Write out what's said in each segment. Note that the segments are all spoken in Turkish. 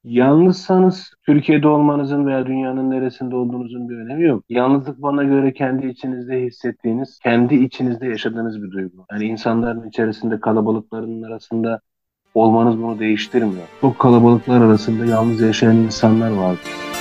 Yalnızsanız Türkiye'de olmanızın veya dünyanın neresinde olduğunuzun bir önemi yok. Yalnızlık bana göre kendi içinizde hissettiğiniz, kendi içinizde yaşadığınız bir duygu. Yani insanların içerisinde, kalabalıkların arasında olmanız bunu değiştirmiyor. Çok kalabalıklar arasında yalnız yaşayan insanlar var.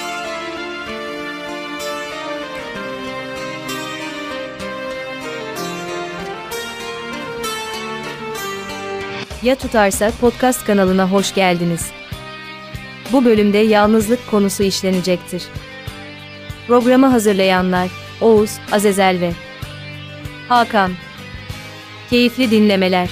Ya Tutarsa Podcast kanalına hoş geldiniz. Bu bölümde yalnızlık konusu işlenecektir. Programı hazırlayanlar Oğuz, Azezel ve Hakan. Keyifli dinlemeler.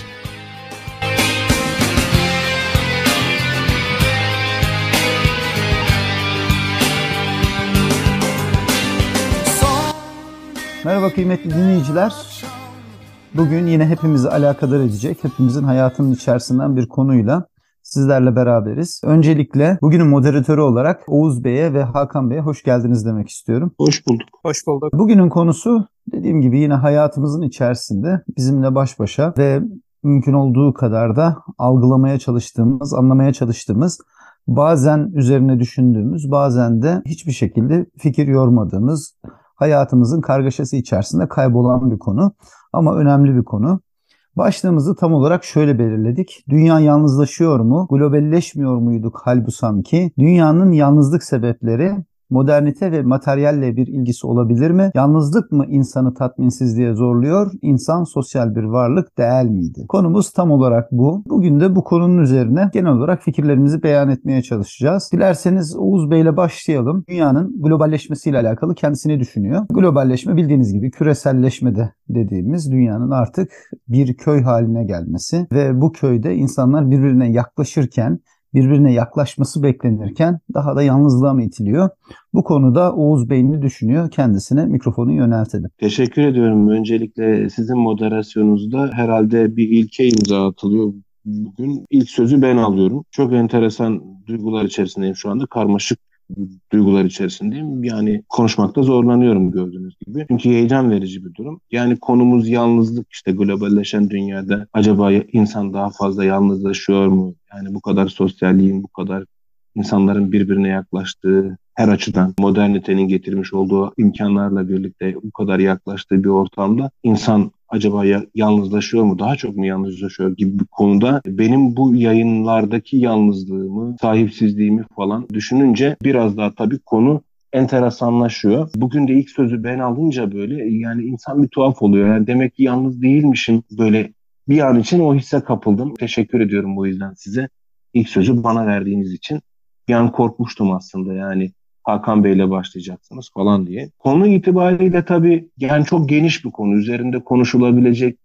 Merhaba kıymetli dinleyiciler. Bugün yine hepimizi alakadar edecek, hepimizin hayatının içerisinden bir konuyla sizlerle beraberiz. Öncelikle bugünün moderatörü olarak Oğuz Bey'e ve Hakan Bey'e hoş geldiniz demek istiyorum. Hoş bulduk. Hoş bulduk. Bugünün konusu dediğim gibi yine hayatımızın içerisinde bizimle baş başa ve mümkün olduğu kadar da algılamaya çalıştığımız, anlamaya çalıştığımız, bazen üzerine düşündüğümüz, bazen de hiçbir şekilde fikir yormadığımız, hayatımızın kargaşası içerisinde kaybolan bir konu ama önemli bir konu. Başlığımızı tam olarak şöyle belirledik. Dünya yalnızlaşıyor mu? Globalleşmiyor muyduk halbuki? Dünyanın yalnızlık sebepleri modernite ve materyalle bir ilgisi olabilir mi? Yalnızlık mı insanı tatminsizliğe zorluyor? İnsan sosyal bir varlık değil miydi? Konumuz tam olarak bu. Bugün de bu konunun üzerine genel olarak fikirlerimizi beyan etmeye çalışacağız. Dilerseniz Oğuz Bey ile başlayalım. Dünyanın globalleşmesiyle alakalı kendisini düşünüyor. Globalleşme bildiğiniz gibi küreselleşme de dediğimiz dünyanın artık bir köy haline gelmesi ve bu köyde insanlar birbirine yaklaşırken, birbirine yaklaşması beklenirken daha da yalnızlığa mı itiliyor? Bu konuda Oğuz Bey ne düşünüyor? Kendisine mikrofonu yöneltelim. Teşekkür ediyorum. Öncelikle sizin moderasyonunuzda herhalde bir ilke imza atılıyor. Bugün ilk sözü ben alıyorum. Çok enteresan duygular içerisindeyim şu anda. Karmaşık duygular içerisindeyim. Yani konuşmakta zorlanıyorum gördüğünüz gibi. Çünkü heyecan verici bir durum. Yani konumuz yalnızlık, işte globalleşen dünyada acaba insan daha fazla yalnızlaşıyor mu? Yani bu kadar sosyalliğin, bu kadar insanların birbirine yaklaştığı, her açıdan modernitenin getirmiş olduğu imkanlarla birlikte bu kadar yaklaştığı bir ortamda insan acaba yalnızlaşıyor mu, daha çok mu yalnızlaşıyor gibi bir konuda benim bu yayınlardaki yalnızlığımı, sahipsizliğimi falan düşününce biraz daha tabii konu enteresanlaşıyor. Bugün de ilk sözü ben alınca böyle yani insan bir tuhaf oluyor. Yani demek ki yalnız değilmişim, böyle bir an için o hisse kapıldım. Teşekkür ediyorum bu yüzden size. İlk sözü bana verdiğiniz için. Bir an korkmuştum aslında, yani Hakan Bey'le başlayacaksınız falan diye. Konu itibariyle tabii yani çok geniş bir konu. Üzerinde konuşulabilecek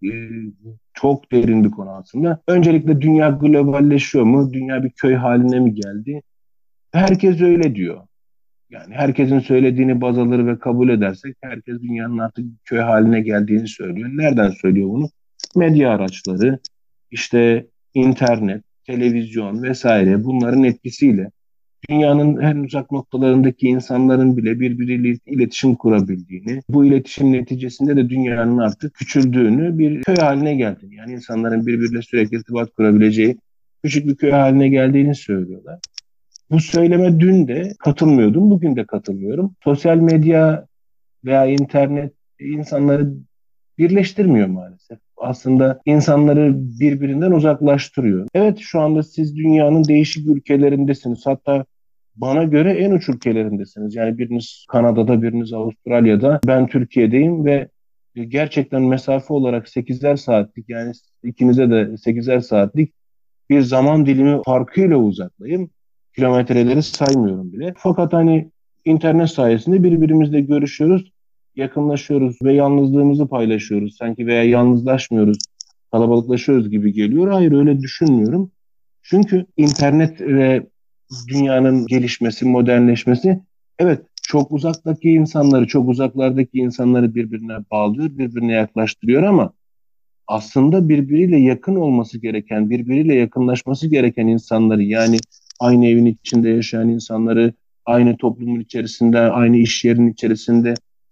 çok derin bir konu aslında. Öncelikle dünya globalleşiyor mu? Dünya bir köy haline mi geldi? Herkes öyle diyor. Yani herkesin söylediğini baz alır ve kabul edersek herkes dünyanın artık bir köy haline geldiğini söylüyor. Nereden söylüyor bunu? Medya araçları, işte internet, televizyon vesaire, bunların etkisiyle dünyanın en uzak noktalarındaki insanların bile birbiriyle iletişim kurabildiğini, bu iletişim neticesinde de dünyanın artık küçüldüğünü, bir köy haline geldiğini, yani insanların birbiriyle sürekli irtibat kurabileceği küçük bir köy haline geldiğini söylüyorlar. Bu söyleme dün de katılmıyordum, bugün de katılmıyorum. Sosyal medya veya internet insanları birleştirmiyor maalesef. Aslında insanları birbirinden uzaklaştırıyor. Evet, şu anda siz dünyanın değişik ülkelerindesiniz. Hatta bana göre en uç ülkelerindesiniz. Yani biriniz Kanada'da, biriniz Avustralya'da. Ben Türkiye'deyim ve gerçekten mesafe olarak 8'er saatlik, yani ikinize de 8'er saatlik bir zaman dilimi farkıyla uzaktayım. Kilometreleri saymıyorum bile. Fakat hani internet sayesinde birbirimizle görüşüyoruz, yakınlaşıyoruz ve yalnızlığımızı paylaşıyoruz. Sanki veya yalnızlaşmıyoruz, kalabalıklaşıyoruz gibi geliyor. Hayır, öyle düşünmüyorum. Çünkü internet ve dünyanın gelişmesi, modernleşmesi, evet, çok uzaktaki insanları, çok uzaklardaki insanları birbirine bağlıyor, birbirine yaklaştırıyor ama aslında birbiriyle yakın olması gereken, birbiriyle yakınlaşması gereken insanları, yani aynı evin içinde yaşayan insanları, aynı toplumun içerisinde, aynı iş yerinin içerisinde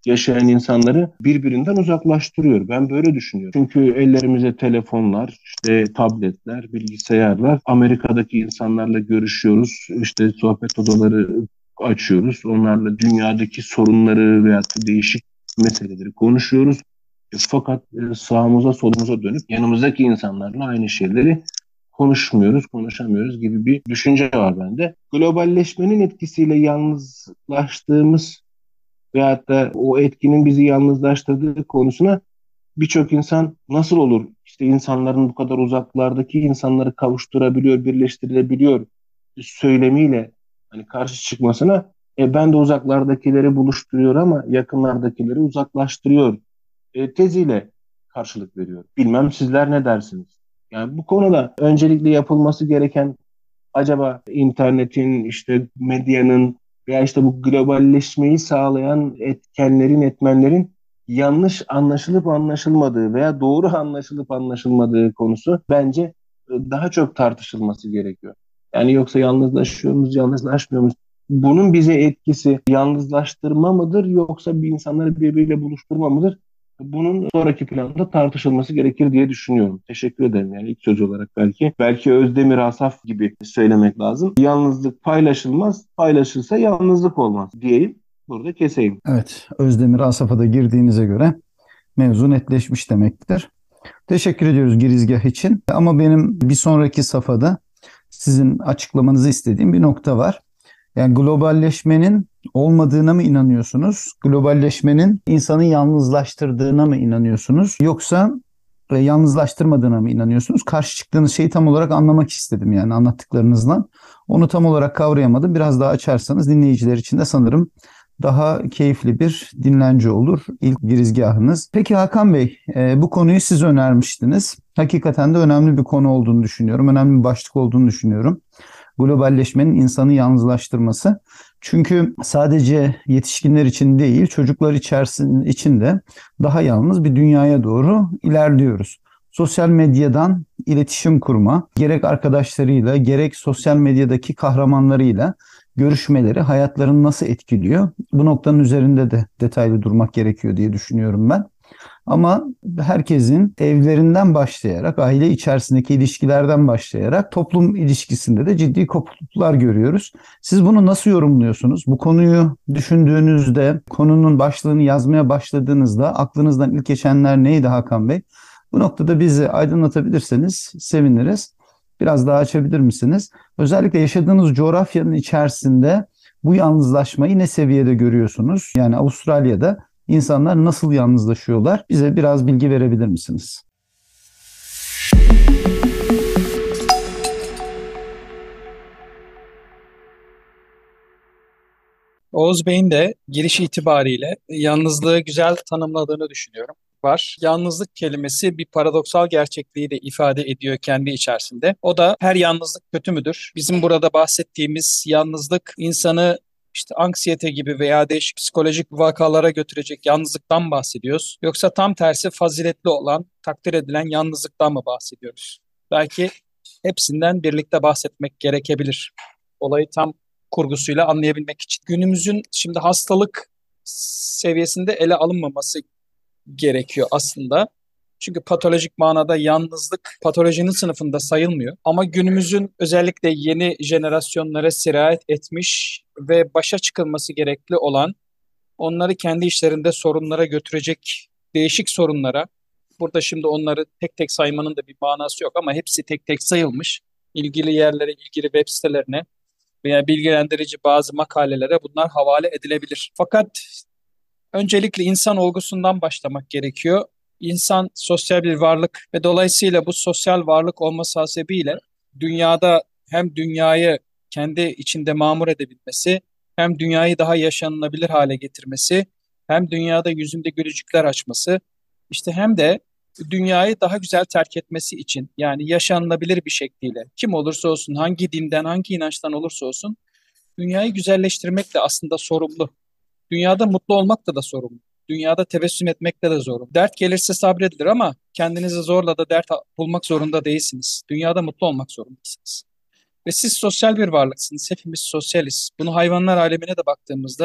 yaşayan insanları birbirinden uzaklaştırıyor. Ben böyle düşünüyorum. Çünkü ellerimize telefonlar, işte tabletler, bilgisayarlar, Amerika'daki insanlarla görüşüyoruz, işte sohbet odaları açıyoruz. Onlarla dünyadaki sorunları veya değişik meseleleri konuşuyoruz. Fakat sağımıza solumuza dönüp yanımızdaki insanlarla aynı şeyleri konuşmuyoruz, konuşamıyoruz gibi bir düşünce var bende. Globalleşmenin etkisiyle yalnızlaştığımız veyahut da o etkinin bizi yalnızlaştırdığı konusuna birçok insan nasıl olur? İşte insanların bu kadar uzaklardaki insanları kavuşturabiliyor, birleştirebiliyor söylemiyle hani karşı çıkmasına ben de uzaklardakileri buluşturuyor ama yakınlardakileri uzaklaştırıyor teziyle karşılık veriyor. Bilmem sizler ne dersiniz? Yani bu konuda öncelikle yapılması gereken acaba internetin, işte medyanın veya işte bu globalleşmeyi sağlayan etkenlerin, etmenlerin yanlış anlaşılıp anlaşılmadığı veya doğru anlaşılıp anlaşılmadığı konusu bence daha çok tartışılması gerekiyor. Yani yoksa yalnızlaşıyor muyuz, yalnızlaşmıyor muyuz? Bunun bize etkisi yalnızlaştırma mıdır yoksa bir insanları birbiriyle buluşturma mıdır? Bunun sonraki planda tartışılması gerekir diye düşünüyorum. Teşekkür ederim. Yani ilk söz olarak belki Özdemir Asaf gibi söylemek lazım. Yalnızlık paylaşılmaz, paylaşılsa yalnızlık olmaz diyeyim. Burada keseyim. Evet, Özdemir Asaf'a da girdiğinize göre mevzu netleşmiş demektir. Teşekkür ediyoruz girizgah için. Ama benim bir sonraki safhada sizin açıklamanızı istediğim bir nokta var. Yani globalleşmenin olmadığına mı inanıyorsunuz? Globalleşmenin insanı yalnızlaştırdığına mı inanıyorsunuz? Yoksa yalnızlaştırmadığına mı inanıyorsunuz? Karşı çıktığınız şeyi tam olarak anlamak istedim yani anlattıklarınızdan. Onu tam olarak kavrayamadım. Biraz daha açarsanız dinleyiciler için de sanırım daha keyifli bir dinlence olur ilk girizgahınız. Peki Hakan Bey, bu konuyu siz önermiştiniz. Hakikaten de önemli bir konu olduğunu düşünüyorum. Önemli bir başlık olduğunu düşünüyorum. Globalleşmenin insanı yalnızlaştırması. Çünkü sadece yetişkinler için değil, çocuklar için de daha yalnız bir dünyaya doğru ilerliyoruz. Sosyal medyadan iletişim kurma, gerek arkadaşlarıyla, gerek sosyal medyadaki kahramanlarıyla görüşmeleri hayatlarını nasıl etkiliyor? Bu noktanın üzerinde de detaylı durmak gerekiyor diye düşünüyorum ben. Ama herkesin evlerinden başlayarak, aile içerisindeki ilişkilerden başlayarak toplum ilişkisinde de ciddi kopukluklar görüyoruz. Siz bunu nasıl yorumluyorsunuz? Bu konuyu düşündüğünüzde, konunun başlığını yazmaya başladığınızda aklınızdan ilk geçenler neydi Hakan Bey? Bu noktada bizi aydınlatabilirseniz seviniriz. Biraz daha açabilir misiniz? Özellikle yaşadığınız coğrafyanın içerisinde bu yalnızlaşmayı ne seviyede görüyorsunuz? Yani Avustralya'da İnsanlar nasıl yalnızlaşıyorlar? Bize biraz bilgi verebilir misiniz? Oğuz Bey'in de giriş itibariyle yalnızlığı güzel tanımladığını düşünüyorum. Var. Yalnızlık kelimesi bir paradoksal gerçekliği de ifade ediyor kendi içerisinde. O da her yalnızlık kötü müdür? Bizim burada bahsettiğimiz yalnızlık insanı işte anksiyete gibi veya değişik psikolojik vakalara götürecek yalnızlıktan bahsediyoruz. Yoksa tam tersi faziletli olan, takdir edilen yalnızlıktan mı bahsediyoruz? Belki hepsinden birlikte bahsetmek gerekebilir. Olayı tam kurgusuyla anlayabilmek için. Günümüzün şimdi hastalık seviyesinde ele alınmaması gerekiyor aslında. Çünkü patolojik manada yalnızlık patolojinin sınıfında sayılmıyor. Ama günümüzün özellikle yeni jenerasyonlara sirayet etmiş ve başa çıkılması gerekli olan, onları kendi işlerinde sorunlara götürecek değişik sorunlara, burada şimdi onları tek tek saymanın da bir manası yok ama hepsi tek tek sayılmış. İlgili yerlere, ilgili web sitelerine veya bilgilendirici bazı makalelere bunlar havale edilebilir. Fakat öncelikle insan olgusundan başlamak gerekiyor. İnsan sosyal bir varlık ve dolayısıyla bu sosyal varlık olması hasebiyle dünyada hem dünyayı kendi içinde mamur edebilmesi, hem dünyayı daha yaşanılabilir hale getirmesi, hem dünyada yüzünde gülücükler açması, işte hem de dünyayı daha güzel terk etmesi için yani yaşanılabilir bir şekliyle kim olursa olsun, hangi dinden, hangi inançtan olursa olsun dünyayı güzelleştirmekle aslında sorumlu. Dünyada mutlu olmakla da sorumlu. Dünyada tebessüm etmekle de sorumlu. Dert gelirse sabredilir ama kendinizi zorla da dert bulmak zorunda değilsiniz. Dünyada mutlu olmak zorundasınız. Ve siz sosyal bir varlıksınız. Hepimiz sosyaliz. Bunu hayvanlar alemine de baktığımızda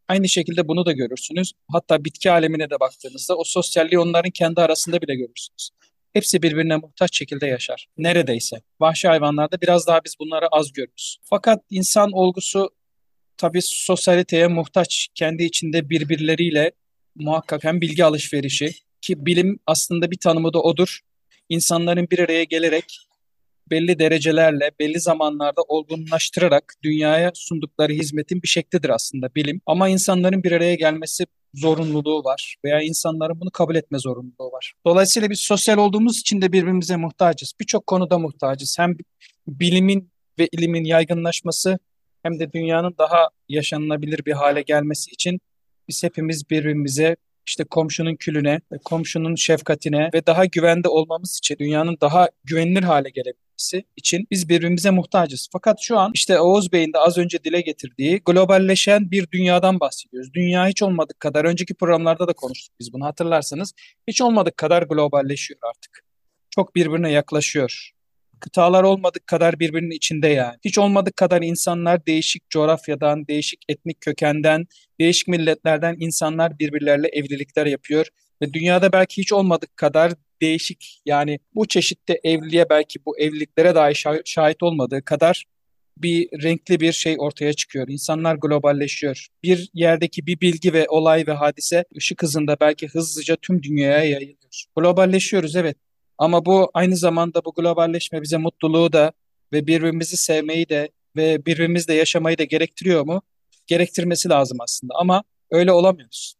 Aynı şekilde bunu da görürsünüz. Hatta bitki alemine de baktığınızda o sosyalliği onların kendi arasında bile görürsünüz. Hepsi birbirine muhtaç şekilde yaşar. Neredeyse. Vahşi hayvanlarda biraz daha biz bunları az görürüz. Fakat insan olgusu tabii sosyaliteye muhtaç. Kendi içinde birbirleriyle muhakkak hem bilgi alışverişi ki bilim aslında bir tanımı da odur. İnsanların bir araya gelerek belli derecelerle, belli zamanlarda olgunlaştırarak dünyaya sundukları hizmetin bir şeklidir aslında bilim. Ama insanların bir araya gelmesi zorunluluğu var veya insanların bunu kabul etme zorunluluğu var. Dolayısıyla biz sosyal olduğumuz için de birbirimize muhtacız. Birçok konuda muhtacız. Hem bilimin ve ilimin yaygınlaşması hem de dünyanın daha yaşanılabilir bir hale gelmesi için biz hepimiz birbirimize işte komşunun külüne, komşunun şefkatine ve daha güvende olmamız için, dünyanın daha güvenilir hale gelebilmesi için biz birbirimize muhtacız. Fakat şu an işte Oğuz Bey'in de az önce dile getirdiği globalleşen bir dünyadan bahsediyoruz. Dünya hiç olmadık kadar, önceki programlarda da konuştuk biz bunu hatırlarsanız, hiç olmadık kadar globalleşiyor artık. Çok birbirine yaklaşıyor. Kıtalar olmadık kadar birbirinin içinde yani. Hiç olmadık kadar insanlar değişik coğrafyadan, değişik etnik kökenden, değişik milletlerden insanlar birbirleriyle evlilikler yapıyor. Ve dünyada belki hiç olmadık kadar değişik yani bu çeşitte evliliğe belki bu evliliklere dahi şahit olmadığı kadar bir renkli bir şey ortaya çıkıyor. İnsanlar globalleşiyor. Bir yerdeki bir bilgi ve olay ve hadise ışık hızında belki hızlıca tüm dünyaya yayılıyor. Globalleşiyoruz evet. Ama bu aynı zamanda bu globalleşme bize mutluluğu da ve birbirimizi sevmeyi de ve birbirimizle yaşamayı da gerektiriyor mu? Gerektirmesi lazım aslında ama öyle olamıyoruz.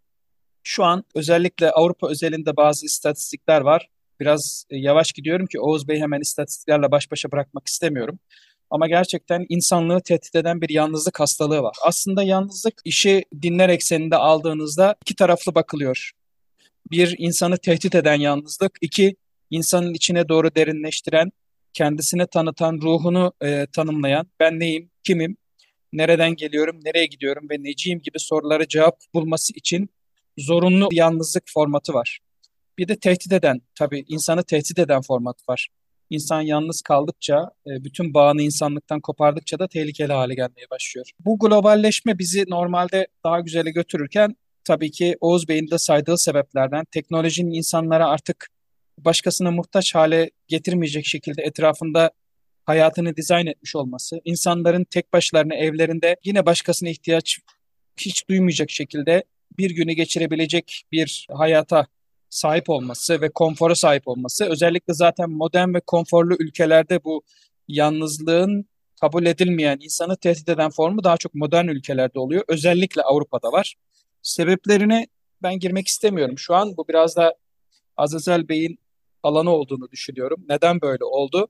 Şu an özellikle Avrupa özelinde bazı istatistikler var. Biraz yavaş gidiyorum ki Oğuz Bey hemen istatistiklerle baş başa bırakmak istemiyorum. Ama gerçekten insanlığı tehdit eden bir yalnızlık hastalığı var. Aslında yalnızlık işi dinler ekseninde aldığınızda iki taraflı bakılıyor. Bir, insanı tehdit eden yalnızlık. İki, insanın içine doğru derinleştiren, kendisini tanıtan, ruhunu tanımlayan, ben neyim, kimim, nereden geliyorum, nereye gidiyorum ve neciyim gibi sorulara cevap bulması için zorunlu yalnızlık formatı var. Bir de tehdit eden, tabii insanı tehdit eden format var. İnsan yalnız kaldıkça, bütün bağını insanlıktan kopardıkça da tehlikeli hale gelmeye başlıyor. Bu globalleşme bizi normalde daha güzele götürürken tabii ki Oğuz Bey'in de saydığı sebeplerden teknolojinin insanlara artık başkasına muhtaç hale getirmeyecek şekilde etrafında hayatını dizayn etmiş olması, insanların tek başlarına evlerinde yine başkasına ihtiyaç hiç duymayacak şekilde bir günü geçirebilecek bir hayata sahip olması ve konfora sahip olması, özellikle zaten modern ve konforlu ülkelerde bu yalnızlığın kabul edilmeyen, insanı tehdit eden formu daha çok modern ülkelerde oluyor. Özellikle Avrupa'da var. Sebeplerine ben girmek istemiyorum. Şu an bu biraz da Azazel Bey'in alanı olduğunu düşünüyorum. Neden böyle oldu?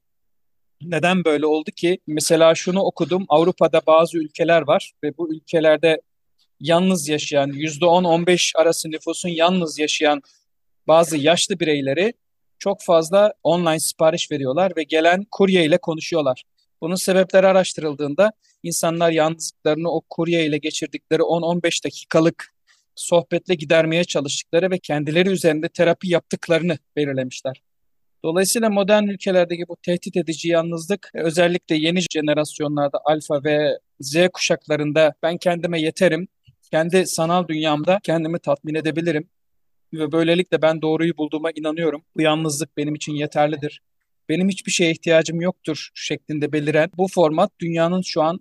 Neden böyle oldu ki? Mesela şunu okudum. Avrupa'da bazı ülkeler var ve bu ülkelerde yalnız yaşayan, %10-15 arası nüfusun yalnız yaşayan bazı yaşlı bireyleri çok fazla online sipariş veriyorlar ve gelen kurye ile konuşuyorlar. Bunun sebepleri araştırıldığında insanlar yalnızlıklarını o kurye ile geçirdikleri 10-15 dakikalık sohbetle gidermeye çalıştıkları ve kendileri üzerinde terapi yaptıklarını belirlemişler. Dolayısıyla modern ülkelerdeki bu tehdit edici yalnızlık özellikle yeni jenerasyonlarda alfa ve Z kuşaklarında ben kendime yeterim, kendi sanal dünyamda kendimi tatmin edebilirim ve böylelikle ben doğruyu bulduğuma inanıyorum. Bu yalnızlık benim için yeterlidir. Benim hiçbir şeye ihtiyacım yoktur şeklinde beliren bu format dünyanın şu an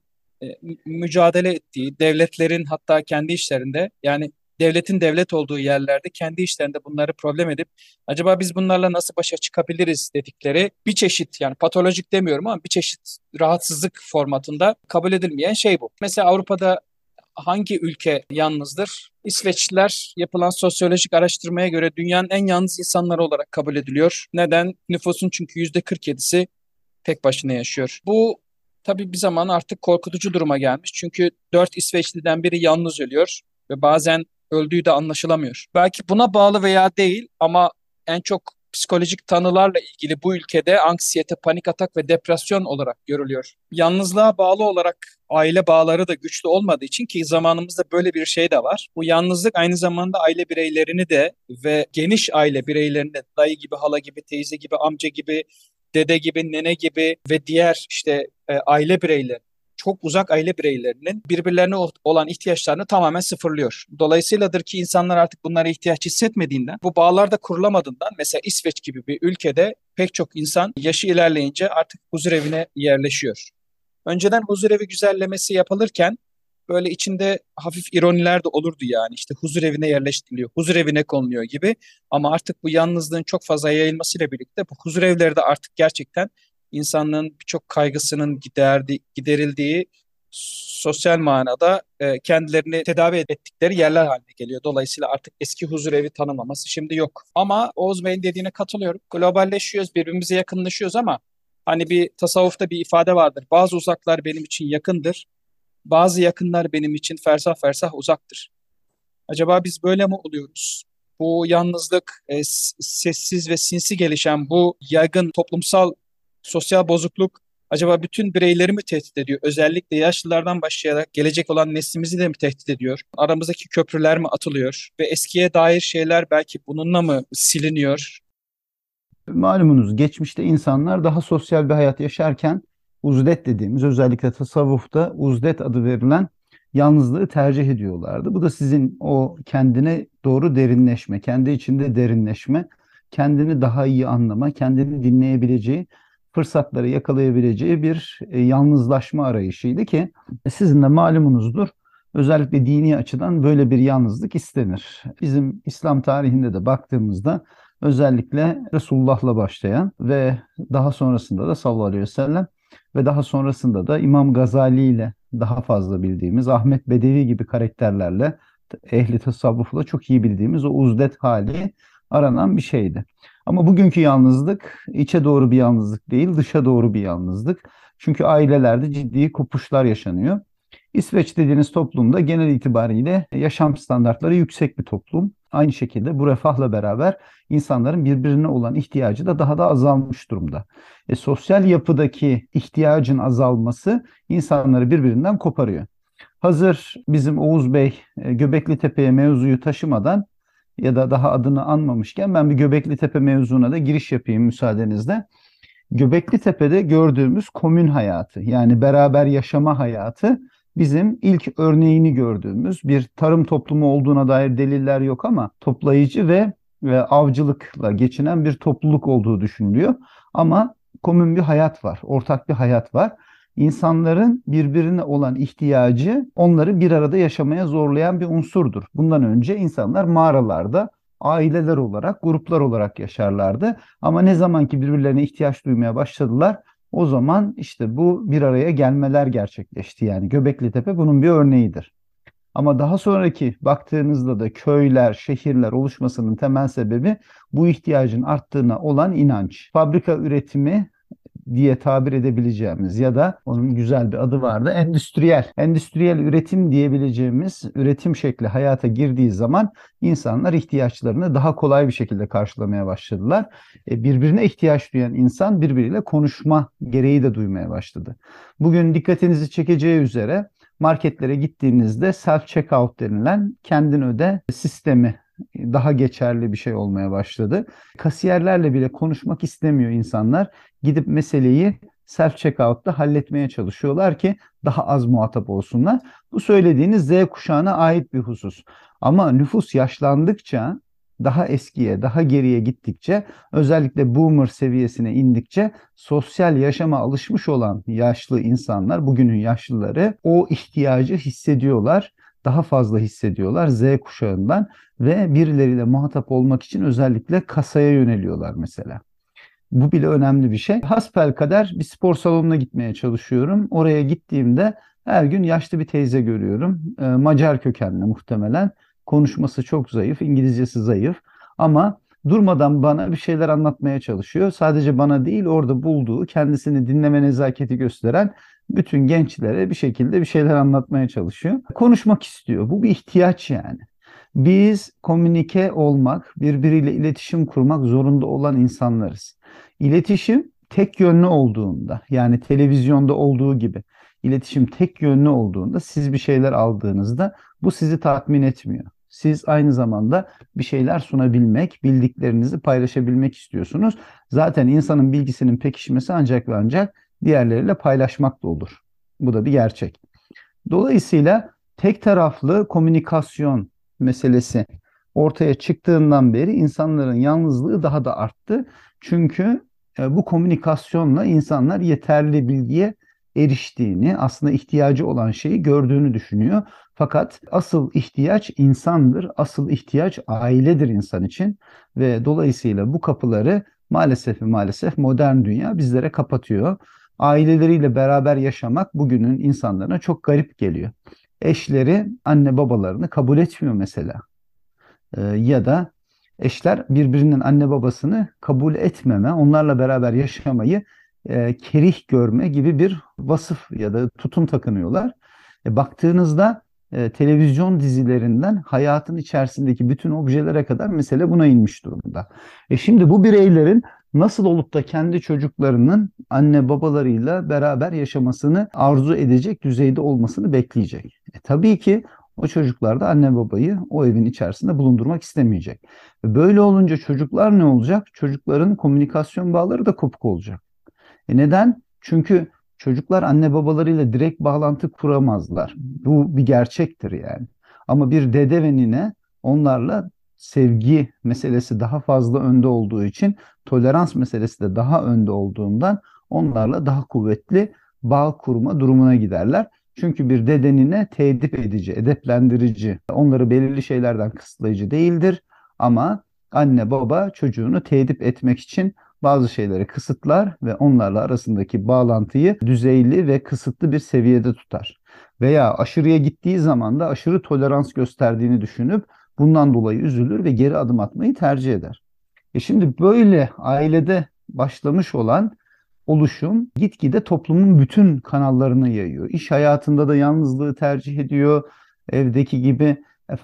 mücadele ettiği, devletlerin hatta kendi işlerinde yani devletin devlet olduğu yerlerde kendi işlerinde bunları problem edip acaba biz bunlarla nasıl başa çıkabiliriz dedikleri bir çeşit yani patolojik demiyorum ama bir çeşit rahatsızlık formatında kabul edilmeyen şey bu. Mesela Avrupa'da hangi ülke yalnızdır? İsveçliler yapılan sosyolojik araştırmaya göre dünyanın en yalnız insanları olarak kabul ediliyor. Neden? Nüfusun çünkü %47'si tek başına yaşıyor. Bu tabii bir zaman artık korkutucu duruma gelmiş. Çünkü 4 İsveçliden biri yalnız ölüyor ve bazen öldüğü de anlaşılamıyor. Belki buna bağlı veya değil ama en çok psikolojik tanılarla ilgili bu ülkede anksiyete, panik atak ve depresyon olarak görülüyor. Yalnızlığa bağlı olarak aile bağları da güçlü olmadığı için ki zamanımızda böyle bir şey de var. Bu yalnızlık aynı zamanda aile bireylerini de ve geniş aile bireylerini de dayı gibi, hala gibi, teyze gibi, amca gibi, dede gibi, nene gibi ve diğer işte aile bireyleri çok uzak aile bireylerinin birbirlerine olan ihtiyaçlarını tamamen sıfırlıyor. Dolayısıyladır ki insanlar artık bunlara ihtiyaç hissetmediğinden, bu bağlar da kurulamadığından, mesela İsveç gibi bir ülkede pek çok insan yaşı ilerleyince artık huzurevine yerleşiyor. Önceden huzurevi güzellemesi yapılırken böyle içinde hafif ironiler de olurdu yani. İşte huzurevine yerleştiriliyor, huzurevine konuluyor gibi. Ama artık bu yalnızlığın çok fazla yayılmasıyla birlikte bu huzurevleri de artık gerçekten insanlığın birçok kaygısının giderildiği, sosyal manada kendilerini tedavi ettikleri yerler haline geliyor. Dolayısıyla artık eski huzurevi tanımlaması şimdi yok. Ama Oğuz Bey'in dediğine katılıyorum. Globalleşiyoruz, birbirimize yakınlaşıyoruz ama hani bir tasavvufta bir ifade vardır. Bazı uzaklar benim için yakındır. Bazı yakınlar benim için fersah fersah uzaktır. Acaba biz böyle mi oluyoruz? Bu yalnızlık, sessiz ve sinsi gelişen bu yaygın toplumsal sosyal bozukluk acaba bütün bireyleri mi tehdit ediyor? Özellikle yaşlılardan başlayarak gelecek olan neslimizi de mi tehdit ediyor? Aramızdaki köprüler mi atılıyor? Ve eskiye dair şeyler belki bununla mı siliniyor? Malumunuz geçmişte insanlar daha sosyal bir hayat yaşarken uzdet dediğimiz, özellikle tasavvufta uzdet adı verilen yalnızlığı tercih ediyorlardı. Bu da sizin o kendine doğru derinleşme, kendi içinde derinleşme, kendini daha iyi anlama, kendini dinleyebileceği, fırsatları yakalayabileceği bir yalnızlaşma arayışıydı ki sizin de malumunuzdur. Özellikle dini açıdan böyle bir yalnızlık istenir. Bizim İslam tarihinde de baktığımızda özellikle Resulullah'la başlayan ve daha sonrasında da sallallahu aleyhi ve sellem ve daha sonrasında da İmam Gazali ile daha fazla bildiğimiz Ahmet Bedevi gibi karakterlerle ehli tasavvufla çok iyi bildiğimiz o uzdet hali aranan bir şeydi. Ama bugünkü yalnızlık içe doğru bir yalnızlık değil, dışa doğru bir yalnızlık. Çünkü ailelerde ciddi kopuşlar yaşanıyor. İsveç dediğiniz toplumda genel itibariyle yaşam standartları yüksek bir toplum. Aynı şekilde bu refahla beraber insanların birbirine olan ihtiyacı da daha da azalmış durumda. Sosyal yapıdaki ihtiyacın azalması insanları birbirinden koparıyor. Hazır bizim Oğuz Bey Göbekli Tepe'ye mevzuyu taşımadan ya da daha adını anmamışken ben bir Göbekli Tepe mevzuna da giriş yapayım müsaadenizle. Göbekli Tepe'de gördüğümüz komün hayatı, yani beraber yaşama hayatı, bizim ilk örneğini gördüğümüz bir tarım toplumu olduğuna dair deliller yok ama toplayıcı ve avcılıkla geçinen bir topluluk olduğu düşünülüyor. Ama komün bir hayat var, ortak bir hayat var. İnsanların birbirine olan ihtiyacı onları bir arada yaşamaya zorlayan bir unsurdur. Bundan önce insanlar mağaralarda aileler olarak, gruplar olarak yaşarlardı. Ama ne zaman ki birbirlerine ihtiyaç duymaya başladılar, o zaman işte bu bir araya gelmeler gerçekleşti. Yani Göbekli Tepe bunun bir örneğidir. Ama daha sonraki baktığınızda da köyler, şehirler oluşmasının temel sebebi bu ihtiyacın arttığına olan inanç. Fabrika üretimi diye tabir edebileceğimiz ya da onun güzel bir adı vardı, endüstriyel. Endüstriyel üretim diyebileceğimiz üretim şekli hayata girdiği zaman insanlar ihtiyaçlarını daha kolay bir şekilde karşılamaya başladılar. Birbirine ihtiyaç duyan insan birbiriyle konuşma gereği de duymaya başladı. Bugün dikkatinizi çekeceği üzere marketlere gittiğinizde self-checkout denilen kendin öde sistemi daha geçerli bir şey olmaya başladı. Kasiyerlerle bile konuşmak istemiyor insanlar. Gidip meseleyi self-checkout'ta halletmeye çalışıyorlar ki daha az muhatap olsunlar. Bu söylediğiniz Z kuşağına ait bir husus. Ama nüfus yaşlandıkça, daha eskiye, daha geriye gittikçe, özellikle boomer seviyesine indikçe sosyal yaşama alışmış olan yaşlı insanlar, bugünün yaşlıları o ihtiyacı hissediyorlar. Daha fazla hissediyorlar Z kuşağından ve birileriyle muhatap olmak için özellikle kasaya yöneliyorlar mesela. Bu bile önemli bir şey. Hasbelkader bir spor salonuna gitmeye çalışıyorum. Oraya gittiğimde her gün yaşlı bir teyze görüyorum. Macar kökenli muhtemelen. Konuşması çok zayıf, İngilizcesi zayıf. Ama durmadan bana bir şeyler anlatmaya çalışıyor. Sadece bana değil, orada bulduğu, kendisini dinleme nezaketi gösteren bütün gençlere bir şekilde bir şeyler anlatmaya çalışıyor. Konuşmak istiyor. Bu bir ihtiyaç yani. Biz komünike olmak, birbiriyle iletişim kurmak zorunda olan insanlarız. İletişim tek yönlü olduğunda, yani televizyonda olduğu gibi iletişim tek yönlü olduğunda, siz bir şeyler aldığınızda bu sizi tatmin etmiyor. Siz aynı zamanda bir şeyler sunabilmek, bildiklerinizi paylaşabilmek istiyorsunuz. Zaten insanın bilgisinin pekişmesi ancak ve ancak diğerleriyle paylaşmakla olur. Bu da bir gerçek. Dolayısıyla tek taraflı komünikasyon meselesi ortaya çıktığından beri insanların yalnızlığı daha da arttı. Çünkü bu komünikasyonla insanlar yeterli bilgiye eriştiğini, aslında ihtiyacı olan şeyi gördüğünü düşünüyor. Fakat asıl ihtiyaç insandır, asıl ihtiyaç ailedir insan için ve dolayısıyla bu kapıları maalesef modern dünya bizlere kapatıyor. Aileleriyle beraber yaşamak bugünün insanlarına çok garip geliyor. Eşleri anne babalarını kabul etmiyor mesela. Ya da eşler birbirinin anne babasını kabul etmeme, onlarla beraber yaşamayı kerih görme gibi bir vasıf ya da tutum takınıyorlar. Baktığınızda televizyon dizilerinden hayatın içerisindeki bütün objelere kadar mesele buna inmiş durumda. Şimdi bu bireylerin nasıl olup da kendi çocuklarının anne babalarıyla beraber yaşamasını arzu edecek düzeyde olmasını bekleyecek. Tabii ki o çocuklar da anne babayı o evin içerisinde bulundurmak istemeyecek. Böyle olunca çocuklar ne olacak? Çocukların komünikasyon bağları da kopuk olacak. Neden? Çünkü çocuklar anne babalarıyla direkt bağlantı kuramazlar. Bu bir gerçektir yani. Ama bir dede ve nine onlarla sevgi meselesi daha fazla önde olduğu için, tolerans meselesi de daha önde olduğundan onlarla daha kuvvetli bağ kurma durumuna giderler. Çünkü bir dede nine teedip edici, edeplendirici, onları belirli şeylerden kısıtlayıcı değildir. Ama anne baba çocuğunu teedip etmek için bazı şeyleri kısıtlar ve onlarla arasındaki bağlantıyı düzeyli ve kısıtlı bir seviyede tutar. Veya aşırıya gittiği zaman da aşırı tolerans gösterdiğini düşünüp bundan dolayı üzülür ve geri adım atmayı tercih eder. Şimdi böyle ailede başlamış olan oluşum gitgide toplumun bütün kanallarına yayıyor. İş hayatında da yalnızlığı tercih ediyor. Evdeki gibi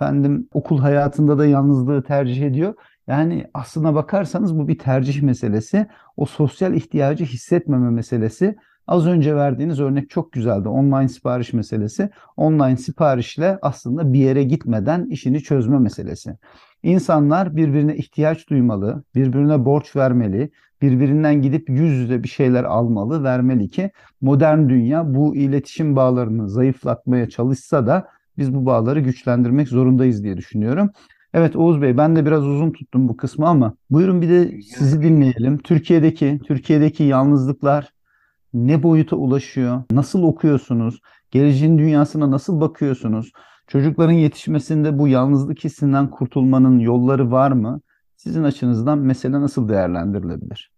okul hayatında da yalnızlığı tercih ediyor. Yani aslına bakarsanız bu bir tercih meselesi. O sosyal ihtiyacı hissetmeme meselesi. Az önce verdiğiniz örnek çok güzeldi. Online sipariş meselesi. Online siparişle aslında bir yere gitmeden işini çözme meselesi. İnsanlar birbirine ihtiyaç duymalı, birbirine borç vermeli, birbirinden gidip yüz yüze bir şeyler almalı, vermeli ki modern dünya bu iletişim bağlarını zayıflatmaya çalışsa da biz bu bağları güçlendirmek zorundayız diye düşünüyorum. Evet Oğuz Bey, ben de biraz uzun tuttum bu kısmı ama buyurun bir de sizi dinleyelim. Türkiye'deki yalnızlıklar ne boyuta ulaşıyor? Nasıl okuyorsunuz? Geleceğin dünyasına nasıl bakıyorsunuz? Çocukların yetişmesinde bu yalnızlık hissinden kurtulmanın yolları var mı? Sizin açınızdan mesele nasıl değerlendirilebilir?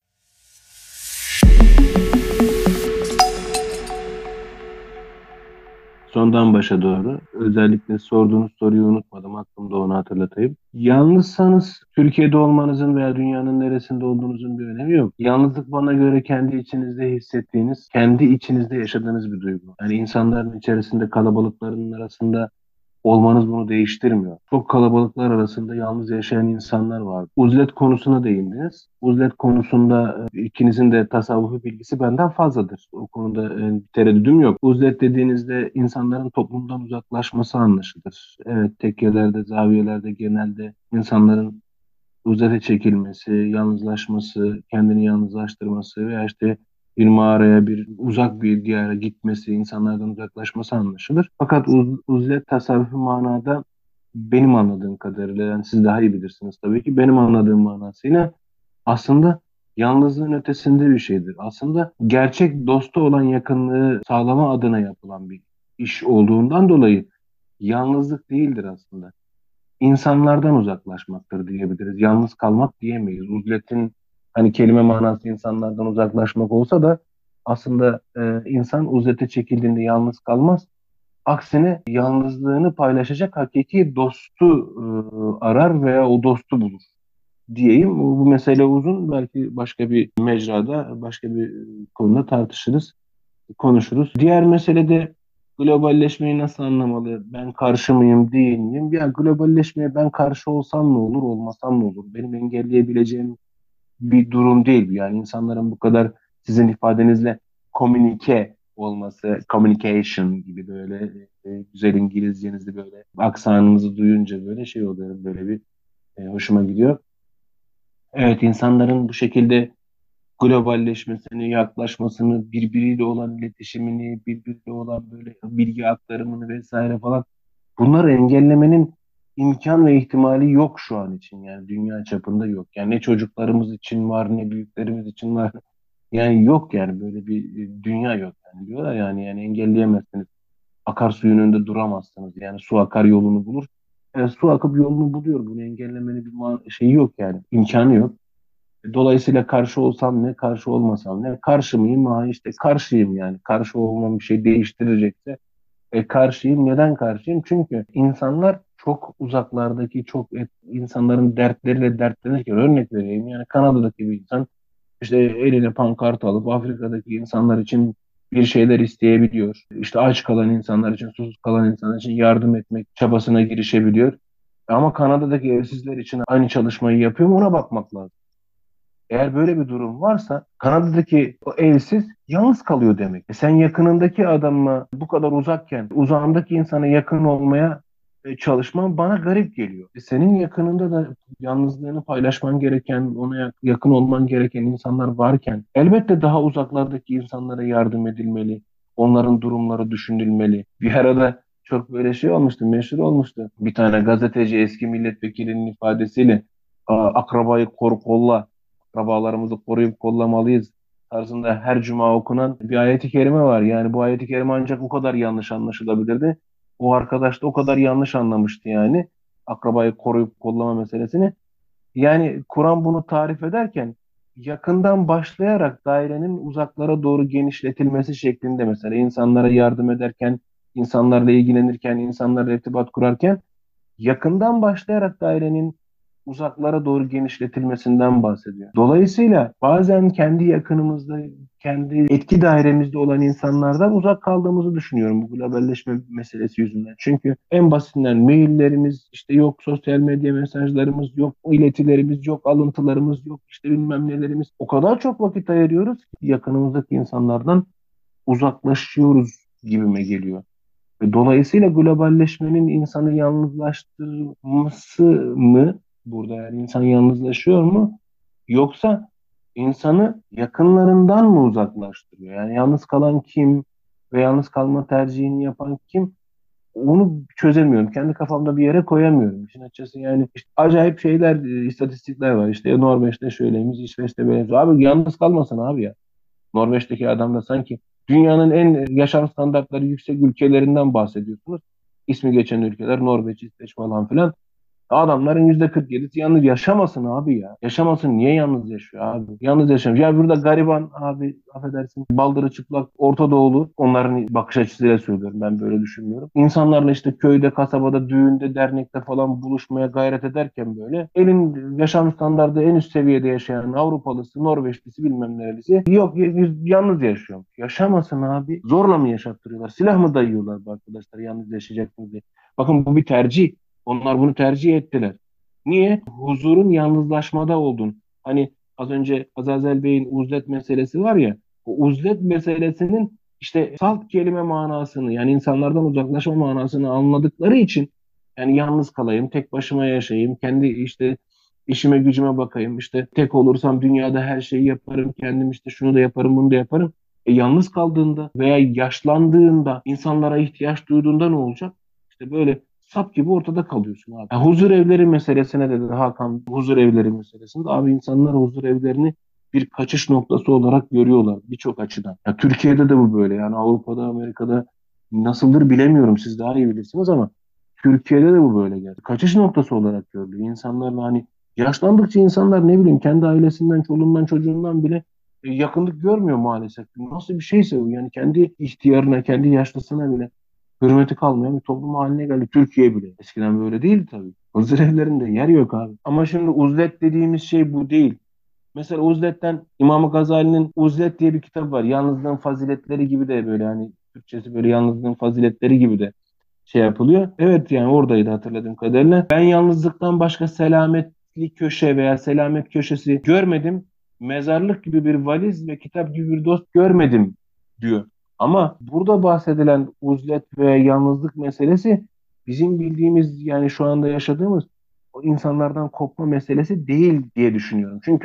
Sondan başa doğru. Özellikle sorduğunuz soruyu unutmadım. Aklımda onu hatırlatayım. Yalnızsanız Türkiye'de olmanızın veya dünyanın neresinde olduğunuzun bir önemi yok. Yalnızlık bana göre kendi içinizde hissettiğiniz, kendi içinizde yaşadığınız bir duygu. Yani insanların içerisinde, kalabalıkların arasında olmanız bunu değiştirmiyor. Çok kalabalıklar arasında yalnız yaşayan insanlar var. Uzlet konusuna değindiniz. Uzlet konusunda ikinizin de tasavvufi bilgisi benden fazladır. O konuda bir tereddüdüm yok. Uzlet dediğinizde insanların toplumdan uzaklaşması anlaşılır. Evet, tekkelerde, zaviyelerde genelde insanların uzete çekilmesi, yalnızlaşması, kendini yalnızlaştırması veya işte bir mağaraya, bir uzak bir diyara gitmesi, insanlardan uzaklaşması anlaşılır. Fakat uzlet tasavvufi manada benim anladığım kadarıyla, yani siz daha iyi bilirsiniz tabii ki, benim anladığım manasıyla aslında yalnızlığın ötesinde bir şeydir. Aslında gerçek dosta olan yakınlığı sağlama adına yapılan bir iş olduğundan dolayı yalnızlık değildir aslında, insanlardan uzaklaşmaktır diyebiliriz. Yalnız kalmak diyemeyiz. Uzletin hani kelime manası insanlardan uzaklaşmak olsa da aslında insan uzlete çekildiğinde yalnız kalmaz. Aksine yalnızlığını paylaşacak hakiki dostu arar veya o dostu bulur diyeyim. Bu mesele uzun. Belki başka bir mecrada, başka bir konuda tartışırız, konuşuruz. Diğer mesele de globalleşmeyi nasıl anlamalı? Ben karşı mıyım, değil miyim? Ya globalleşmeye ben karşı olsam ne olur, olmasam ne olur? Benim engelleyebileceğim bir durum değil bu. Yani insanların bu kadar sizin ifadenizle komünike olması, communication gibi böyle güzel İngilizcenizde böyle aksanınızı duyunca böyle şey oluyor, böyle bir hoşuma gidiyor. Evet, insanların bu şekilde globalleşmesini, yaklaşmasını, birbiriyle olan iletişimini, birbiriyle olan böyle bilgi aktarımını vesaire falan, bunları engellemenin imkan ve ihtimali yok şu an için, yani dünya çapında yok. Yani ne çocuklarımız için var, ne büyüklerimiz için var. Yani yok, yani böyle bir dünya yok yani, diyorlar yani engelleyemezsiniz. Akarsuyun önünde duramazsınız. Yani su akar yolunu bulur. Su akıp yolunu buluyor. Bunu engellemenin bir şeyi yok yani. İmkanı yok. Dolayısıyla karşı olsam ne, karşı olmasam ne? Karşı mıyım? Ha işte karşıyım yani. Karşı olmam bir şey değiştirecekse karşıyım. Neden karşıyım? Çünkü insanlar çok uzaklardaki insanların dertleriyle dertlenirken, örnek vereyim. Yani Kanada'daki bir insan işte eline pankart alıp Afrika'daki insanlar için bir şeyler isteyebiliyor. İşte aç kalan insanlar için, susuz kalan insanlar için yardım etmek çabasına girişebiliyor. Ama Kanada'daki evsizler için aynı çalışmayı yapıyor mu, ona bakmak lazım. Eğer böyle bir durum varsa Kanada'daki o evsiz yalnız kalıyor demek. Sen yakınındaki adamla bu kadar uzakken uzağındaki insana yakın olmaya çalışman bana garip geliyor. Senin yakınında da yalnızlığını paylaşman gereken, ona yakın olman gereken insanlar varken elbette daha uzaklardaki insanlara yardım edilmeli. Onların durumları düşünülmeli. Bir arada çok böyle şey olmuştu, meşhur olmuştu. Bir tane gazeteci eski milletvekilinin ifadesiyle akrabayı koru kolla, akrabalarımızı koruyup kollamalıyız tarzında her cuma okunan bir ayet-i kerime var. Yani bu ayet-i kerime ancak o kadar yanlış anlaşılabilirdi. O arkadaş da o kadar yanlış anlamıştı yani akrabayı koruyup kollama meselesini. Yani Kur'an bunu tarif ederken yakından başlayarak dairenin uzaklara doğru genişletilmesi şeklinde, mesela insanlara yardım ederken, insanlarla ilgilenirken, insanlarla irtibat kurarken yakından başlayarak dairenin uzaklara doğru genişletilmesinden bahsediyor. Dolayısıyla bazen kendi yakınımızda, kendi etki dairemizde olan insanlardan uzak kaldığımızı düşünüyorum bu globalleşme meselesi yüzünden. Çünkü en basitinden maillerimiz, işte yok sosyal medya mesajlarımız, yok iletilerimiz, yok alıntılarımız, yok işte bilmem nelerimiz. O kadar çok vakit ayırıyoruz ki yakınımızdaki insanlardan uzaklaşıyoruz gibime geliyor. Dolayısıyla globalleşmenin insanı yalnızlaştırması mı burada, yani insan yalnızlaşıyor mu, yoksa insanı yakınlarından mı uzaklaştırıyor? Yani yalnız kalan kim ve yalnız kalma tercihini yapan kim? Onu çözemiyorum. Kendi kafamda bir yere koyamıyorum. İşin açıkçası yani işte acayip şeyler, istatistikler var. İşte Norveç'te şöyleymiş, İsveç'te böyle. Abi yalnız kalmasın abi ya. Norveç'teki adam da sanki dünyanın en yaşam standartları yüksek ülkelerinden bahsediyorsunuz. İsmi geçen ülkeler Norveç, İsveç falan filan. Adamların %47'si yalnız yaşamasın abi ya. Yaşamasın, niye yalnız yaşıyor abi? Yalnız yaşamış. Ya burada gariban abi, affedersin, baldırı çıplak Orta Doğulu, onların bakış açısıyla söylüyorum, ben böyle düşünmüyorum. İnsanlarla işte köyde, kasabada, düğünde, dernekte falan buluşmaya gayret ederken böyle elin yaşam standardı en üst seviyede yaşayan Avrupalısı, Norveçlisi, bilmem nerelisi yok, yalnız yaşıyor. Yaşamasın abi. Zorla mı yaşattırıyorlar? Silah mı dayıyorlar bu arkadaşlar yalnız yaşayacaksınız diye? Bakın, bu bir tercih. Onlar bunu tercih ettiler. Niye? Huzurun yalnızlaşmada oldun. Hani az önce Azazel Bey'in uzlet meselesi var ya, o uzlet meselesinin işte salt kelime manasını, yani insanlardan uzaklaşma manasını anladıkları için, yani yalnız kalayım, tek başıma yaşayayım, kendi işte işime gücüme bakayım, işte tek olursam dünyada her şeyi yaparım, kendim işte şunu da yaparım, bunu da yaparım. Yalnız kaldığında veya yaşlandığında, insanlara ihtiyaç duyduğunda ne olacak? İşte böyle sap gibi ortada kalıyorsun abi. Huzur evleri meselesine dedi Hakan, huzur evleri meselesinde abi, insanlar huzur evlerini bir kaçış noktası olarak görüyorlar birçok açıdan. Ya Türkiye'de de bu böyle, yani Avrupa'da, Amerika'da nasıldır bilemiyorum, siz daha iyi bilirsiniz ama Türkiye'de de bu böyle geldi. Kaçış noktası olarak görülüyor. İnsanlarla hani yaşlandıkça insanlar ne bileyim kendi ailesinden, çoluğundan, çocuğundan bile yakınlık görmüyor maalesef. Nasıl bir şeyse bu, yani kendi ihtiyarına, kendi yaşlısına bile hürmeti kalmayan bir toplum haline geldi. Türkiye bile. Eskiden böyle değildi tabii. Huzur evlerinde yer yok abi. Ama şimdi uzlet dediğimiz şey bu değil. Mesela uzletten İmam Gazali'nin Uzlet diye bir kitap var. Yalnızlığın faziletleri gibi de, böyle hani Türkçesi böyle yalnızlığın faziletleri gibi de şey yapılıyor. Evet, yani oradaydı hatırladığım kadarıyla. Ben yalnızlıktan başka selametli köşe veya selamet köşesi görmedim. Mezarlık gibi bir valiz ve kitap gibi bir dost görmedim diyor. Ama burada bahsedilen uzlet ve yalnızlık meselesi bizim bildiğimiz, yani şu anda yaşadığımız o insanlardan kopma meselesi değil diye düşünüyorum. Çünkü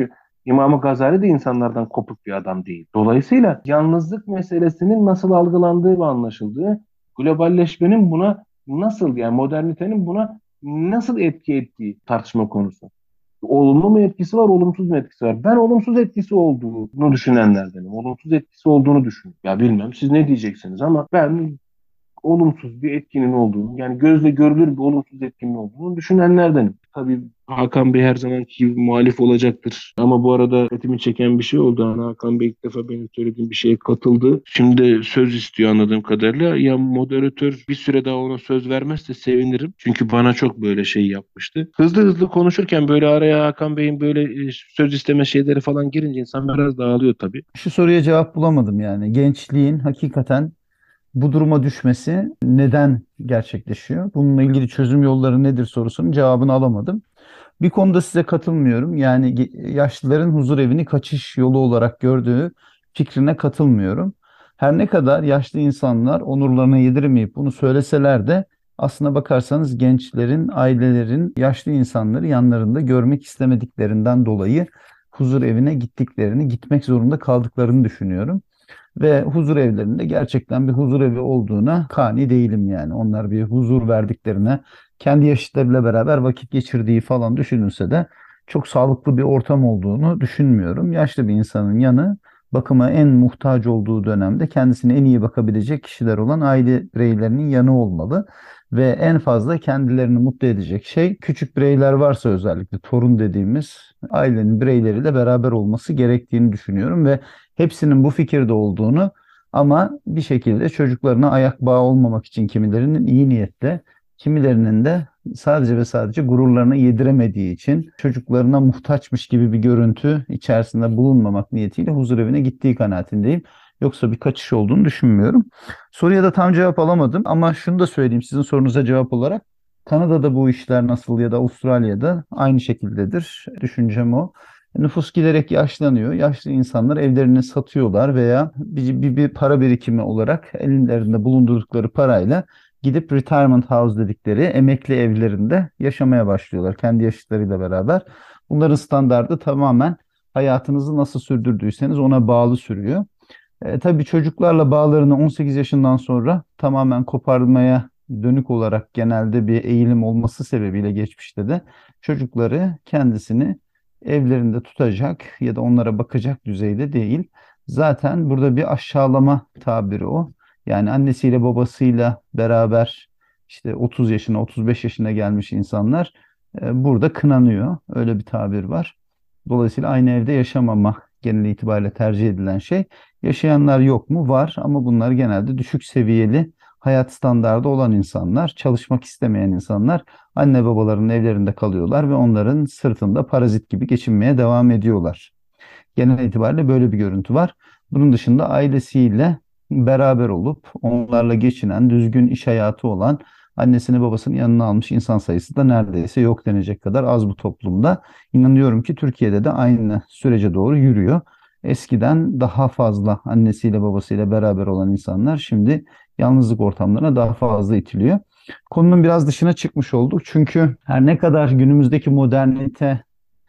İmam-ı Gazali de insanlardan kopuk bir adam değil. Dolayısıyla yalnızlık meselesinin nasıl algılandığı ve anlaşıldığı, globalleşmenin buna nasıl, yani modernitenin buna nasıl etki ettiği tartışma konusu. Olumlu mu etkisi var, olumsuz mu etkisi var? Ben olumsuz etkisi olduğunu düşünenlerdenim. Olumsuz etkisi olduğunu düşünüyorum. Ya bilmem siz ne diyeceksiniz ama ben olumsuz bir etkinin olduğunu, yani gözle görülür bir olumsuz etkinin olduğunu düşünenlerdenim. Tabii Hakan Bey her zamanki gibi muhalif olacaktır. Ama bu arada dikkatimi çeken bir şey oldu. Hani Hakan Bey ilk defa benim söylediğim bir şeye katıldı. Şimdi söz istiyor anladığım kadarıyla. Ya moderatör bir süre daha ona söz vermezse sevinirim. Çünkü bana çok böyle şey yapmıştı. Hızlı hızlı konuşurken böyle araya Hakan Bey'in böyle söz isteme şeyleri falan girince insan biraz dağılıyor tabii. Şu soruya cevap bulamadım yani. Gençliğin hakikaten bu duruma düşmesi neden gerçekleşiyor? Bununla ilgili çözüm yolları nedir sorusunun cevabını alamadım. Bir konuda size katılmıyorum. Yani yaşlıların huzur evini kaçış yolu olarak gördüğü fikrine katılmıyorum. Her ne kadar yaşlı insanlar onurlarına yedirmeyip bunu söyleseler de aslına bakarsanız gençlerin, ailelerin yaşlı insanları yanlarında görmek istemediklerinden dolayı huzur evine gitmek zorunda kaldıklarını düşünüyorum. Ve huzur evlerinde gerçekten bir huzur evi olduğuna kani değilim yani. Onlar bir huzur verdiklerine, kendi yaşıtlarıyla beraber vakit geçirdiği falan düşünülse de çok sağlıklı bir ortam olduğunu düşünmüyorum. Yaşlı bir insanın yanı bakıma en muhtaç olduğu dönemde kendisine en iyi bakabilecek kişiler olan aile bireylerinin yanı olmalı. Ve en fazla kendilerini mutlu edecek şey küçük bireyler varsa özellikle torun dediğimiz ailenin bireyleriyle beraber olması gerektiğini düşünüyorum ve hepsinin bu fikirde olduğunu ama bir şekilde çocuklarına ayak bağı olmamak için kimilerinin iyi niyetle, kimilerinin de sadece ve sadece gururlarına yediremediği için çocuklarına muhtaçmış gibi bir görüntü içerisinde bulunmamak niyetiyle huzurevine gittiği kanaatindeyim. Yoksa bir kaçış olduğunu düşünmüyorum. Soruya da tam cevap alamadım ama şunu da söyleyeyim sizin sorunuza cevap olarak. Kanada'da bu işler nasıl ya da Avustralya'da aynı şekildedir. Düşüncem o. Nüfus giderek yaşlanıyor. Yaşlı insanlar evlerini satıyorlar veya bir para birikimi olarak ellerinde bulundurdukları parayla gidip retirement house dedikleri emekli evlerinde yaşamaya başlıyorlar kendi yaşıtlarıyla beraber. Bunların standardı tamamen hayatınızı nasıl sürdürdüyseniz ona bağlı sürüyor. Tabii çocuklarla bağlarını 18 yaşından sonra tamamen koparmaya dönük olarak genelde bir eğilim olması sebebiyle geçmişte de çocukları kendisini evlerinde tutacak ya da onlara bakacak düzeyde değil. Zaten burada bir aşağılama tabiri o. Yani annesiyle babasıyla beraber işte 30 yaşına 35 yaşına gelmiş insanlar burada kınanıyor. Öyle bir tabir var. Dolayısıyla aynı evde yaşamama genel itibariyle tercih edilen şey. Yaşayanlar yok mu? Var ama bunlar genelde düşük seviyeli hayat standardı olan insanlar, çalışmak istemeyen insanlar anne babalarının evlerinde kalıyorlar ve onların sırtında parazit gibi geçinmeye devam ediyorlar. Genel itibariyle böyle bir görüntü var. Bunun dışında ailesiyle beraber olup onlarla geçinen, düzgün iş hayatı olan, annesini babasını yanına almış insan sayısı da neredeyse yok denecek kadar az bu toplumda. İnanıyorum ki Türkiye'de de aynı sürece doğru yürüyor. Eskiden daha fazla annesiyle babasıyla beraber olan insanlar şimdi yalnızlık ortamlarına daha fazla itiliyor. Konunun biraz dışına çıkmış olduk. Çünkü her ne kadar günümüzdeki modernite,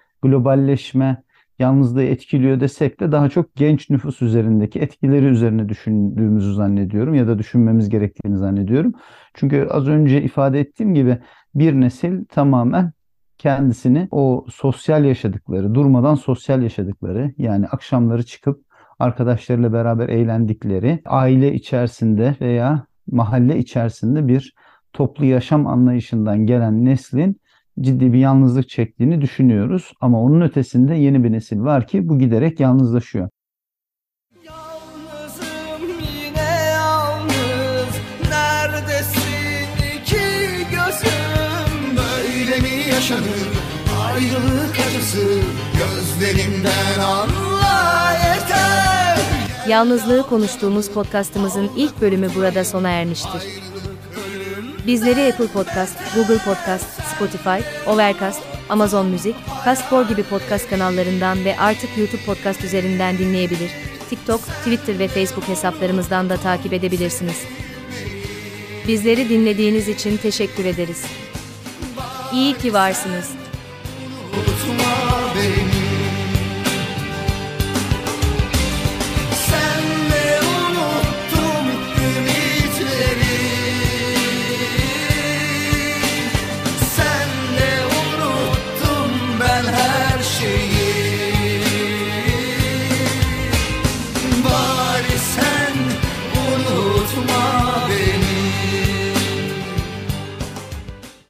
globalleşme yalnızlığı etkiliyor desek de daha çok genç nüfus üzerindeki etkileri üzerine düşündüğümüzü zannediyorum ya da düşünmemiz gerektiğini zannediyorum. Çünkü az önce ifade ettiğim gibi bir nesil tamamen kendisini o sosyal yaşadıkları, durmadan sosyal yaşadıkları yani akşamları çıkıp arkadaşlarıyla beraber eğlendikleri, aile içerisinde veya mahalle içerisinde bir toplu yaşam anlayışından gelen neslin ciddi bir yalnızlık çektiğini düşünüyoruz. Ama onun ötesinde yeni bir nesil var ki bu giderek yalnızlaşıyor. Yalnızım yine yalnız, neredesin iki gözüm? Böyle mi yaşanır ayrılık acısı, gözlerimden anla yeter. Yalnızlığı konuştuğumuz podcastımızın ilk bölümü burada sona ermiştir. Bizleri Apple Podcast, Google Podcast, Spotify, Overcast, Amazon Müzik, Castbox gibi podcast kanallarından ve artık YouTube Podcast üzerinden dinleyebilir. TikTok, Twitter ve Facebook hesaplarımızdan da takip edebilirsiniz. Bizleri dinlediğiniz için teşekkür ederiz. İyi ki varsınız. Unutma